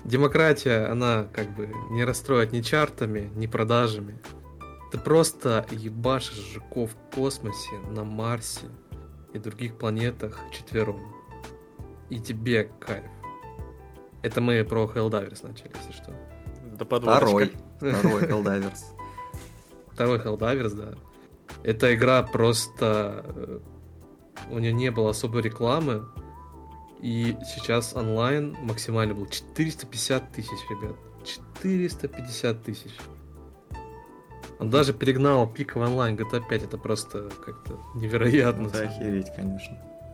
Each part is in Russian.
демократия, она как бы не расстроит ни чартами, ни продажами. Ты просто ебашишь жуков в космосе, на Марсе и других планетах четвером. И тебе кайф. Это мы про Helldivers начали, если что. Да подводочка. Второй Helldivers. Второй Helldivers, да. Эта игра просто... У нее не было особой рекламы. И сейчас онлайн максимально был 450 тысяч, ребят. 450 тысяч. Он даже перегнал пиковый онлайн GTA 5. Это просто как-то невероятно. Это охереть, конечно.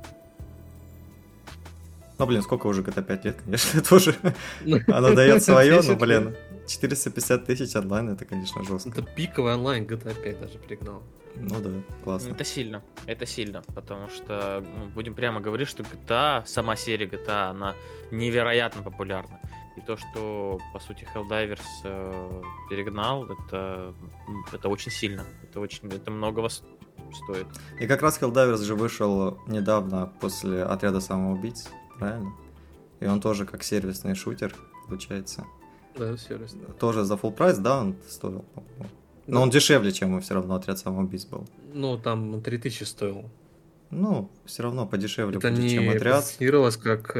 Ну, блин, сколько уже GTA 5 лет, конечно, тоже. Она дает свое, но, блин, 450 тысяч онлайн, это, конечно, жестко. Это пиковый онлайн GTA 5 даже перегнал. Ну да, классно. Это сильно, потому что, будем прямо говорить, что GTA, сама серия GTA, она невероятно популярна. И то, что, по сути, Helldivers перегнал, это очень сильно. Это многого стоит. И как раз Helldivers же вышел недавно после Отряда самоубийц, правильно? И он тоже как сервисный шутер, получается. Да, сервисный. Тоже за full прайс, да, он стоил, по-моему. Но он дешевле, чем все равно Отряд самоубийц был. Ну, там 3000 стоил. Ну, все равно подешевле это будет, чем Отряд. Это не позиционировалось как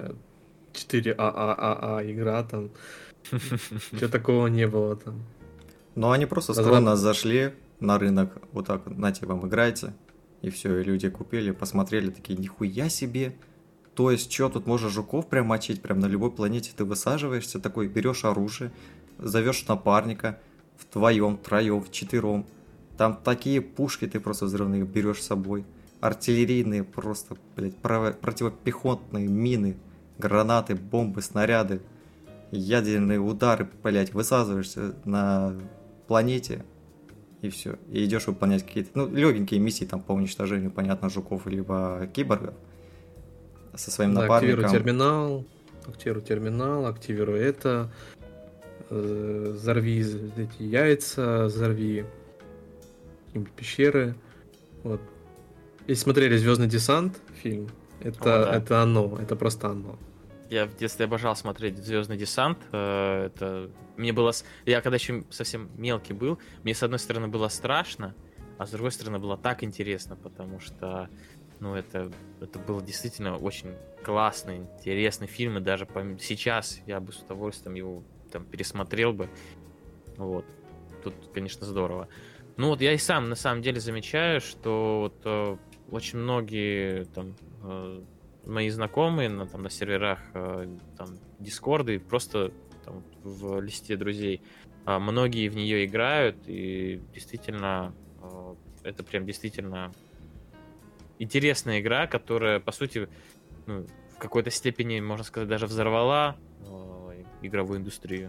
4АААА игра там. Чего такого не было там. Но они просто скромно зашли на рынок, вот так, нате вам, играйте. И все, и люди купили, посмотрели, такие, нихуя себе. То есть, что тут можно жуков прям мочить, прям на любой планете ты высаживаешься, такой, берешь оружие, зовешь напарника, вдвоем, троем, вчетвером. Там такие пушки ты просто взрывные берешь с собой. Артиллерийные просто, блядь, противопехотные мины, гранаты, бомбы, снаряды, ядерные удары, блядь, высаживаешься на планете. И все. И идешь выполнять какие-то, легенькие миссии там по уничтожению, понятно, жуков либо киборгов со своим напарником. Активируй терминал, активируй это, взорви эти яйца, взорви какие-нибудь пещеры. Вот. Если смотрели «Звездный десант» фильм, это оно, это просто оно. Я в детстве обожал смотреть «Звездный десант». Я когда еще совсем мелкий был, мне с одной стороны было страшно, а с другой стороны было так интересно, потому что это был действительно очень классный, интересный фильм, и даже сейчас я бы с удовольствием его там пересмотрел бы. Вот. Тут, конечно, здорово. Я и сам на самом деле замечаю, что очень многие там мои знакомые на серверах Дискорда и просто там, в листе друзей, многие в нее играют, и действительно это прям действительно интересная игра, которая, по сути, в какой-то степени, можно сказать, даже взорвала игровую индустрию.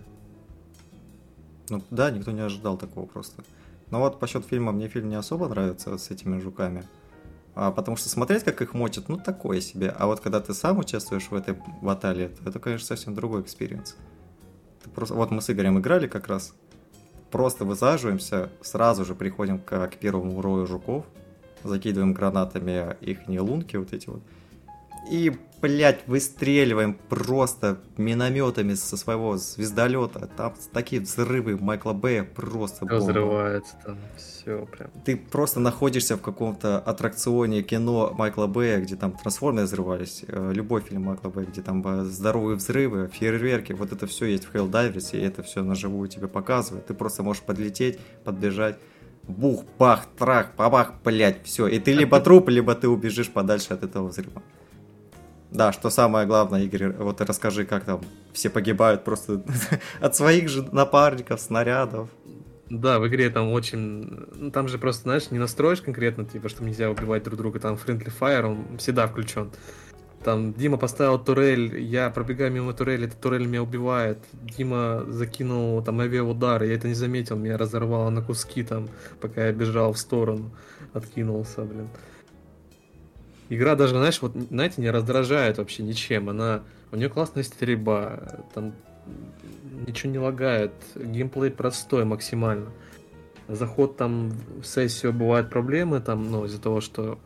Да, никто не ожидал такого просто. Но вот по счету фильма, мне фильм не особо нравится с этими жуками. Потому что смотреть, как их мочат, такое себе. А вот когда ты сам участвуешь в этой баталии, то это, конечно, совсем другой экспириенс. Вот мы с Игорем играли как раз. Просто высаживаемся, сразу же приходим к первому рою жуков, закидываем гранатами их лунки вот эти вот. И, блядь, выстреливаем просто минометами со своего звездолета. Там такие взрывы Майкла Бэя просто бомба. Взрывается там все прям. Ты просто находишься в каком-то аттракционе кино Майкла Бэя, где там трансформеры взрывались. Любой фильм Майкла Бэя, где там здоровые взрывы, фейерверки. Вот это все есть в Helldivers, и это все наживую тебе показывает. Ты просто можешь подлететь, подбежать. Бух, бах, трах, бабах, блядь, все. И ты либо труп, либо ты убежишь подальше от этого взрыва. Да, что самое главное, Игорь, вот расскажи, как там все погибают просто от своих же напарников, снарядов. Да, в игре там очень... Там же просто, знаешь, не настроишь конкретно, типа, что нельзя убивать друг друга, там Friendly Fire, он всегда включен. Там Дима поставил турель, я пробегаю мимо турели, эта турель меня убивает. Дима закинул там авиаудар, я это не заметил, меня разорвало на куски там, пока я бежал в сторону, откинулся, блин. Игра даже, знаешь, вот, знаете, не раздражает вообще ничем. У нее классная стрельба, там ничего не лагает, геймплей простой максимально. Заход там в сессию бывают проблемы, там, из-за того, что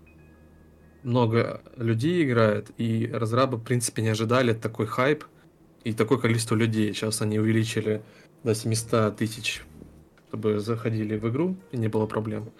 много людей играет, и разрабы, в принципе, не ожидали такой хайп и такое количество людей. Сейчас они увеличили до 700 тысяч, чтобы заходили в игру, и не было проблем.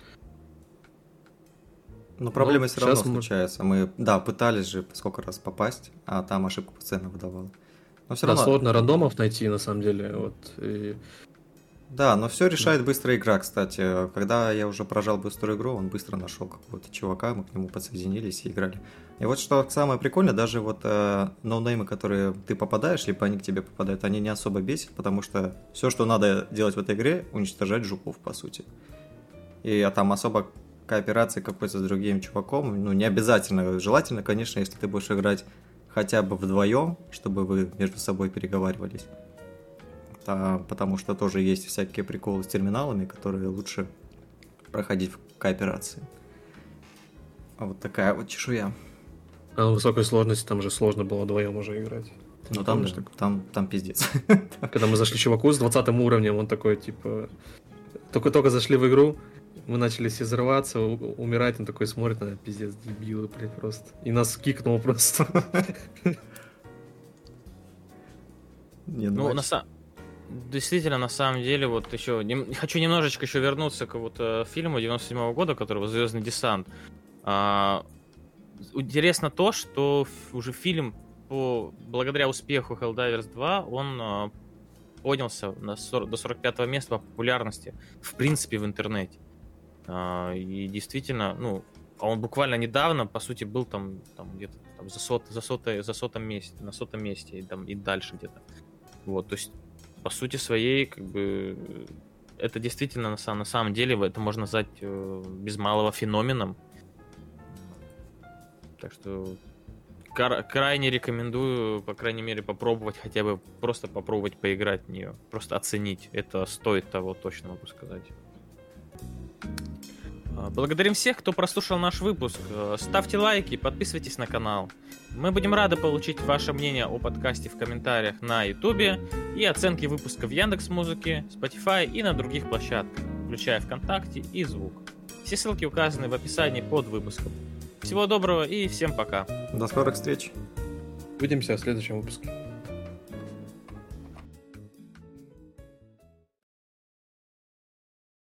Но проблемы все равно сейчас случаются. Мы, пытались же сколько раз попасть, а там ошибку постоянно выдавал. Но все Да, равно... сложно рандомов найти, на самом деле. Вот, и... Да, но все решает быстрая игра, кстати. Когда я уже прожал быструю игру, он быстро нашел какого-то чувака, мы к нему подсоединились и играли. И вот что самое прикольное, даже вот ноунеймы, которые ты попадаешь, либо они к тебе попадают, они не особо бесят, потому что все, что надо делать в этой игре, уничтожать жуков, по сути. И там особо кооперации какой-то с другим чуваком, не обязательно. Желательно, конечно, если ты будешь играть хотя бы вдвоем, чтобы вы между собой переговаривались. Потому что тоже есть всякие приколы с терминалами, которые лучше проходить в кооперации. Вот такая вот чешуя. А на высокой сложности там же сложно было вдвоем уже играть. Ну там пиздец. Когда мы зашли чуваку с 20 уровнем, он такой, типа... Только зашли в игру, мы начали все взрываться, умирать, он такой смотрит на пиздец, дебилы, блядь, просто. И нас кикнул просто. Действительно, на самом деле, вот еще... Хочу немножечко еще вернуться к вот фильму 97-го года, который «Звездный десант». Интересно то, что уже фильм, благодаря успеху Helldivers 2, он поднялся до 45-го места по популярности, в принципе, в интернете. И действительно, он буквально недавно, по сути, был там где-то там за сотом месте, на 100-м месте и дальше где-то. Вот, то есть, по сути своей, как бы, это действительно на самом деле, это можно назвать без малого феноменом. Так что крайне рекомендую, по крайней мере, попробовать хотя бы, просто попробовать поиграть в нее, просто оценить. Это стоит того, точно могу сказать. Благодарим всех, кто прослушал наш выпуск. Ставьте лайки, подписывайтесь на канал. Мы будем рады получить ваше мнение о подкасте в комментариях на YouTube и оценки выпуска в Яндекс.Музыке, Spotify и на других площадках, включая ВКонтакте и Звук. Все ссылки указаны в описании под выпуском. Всего доброго и всем пока. До скорых встреч. Увидимся в следующем выпуске.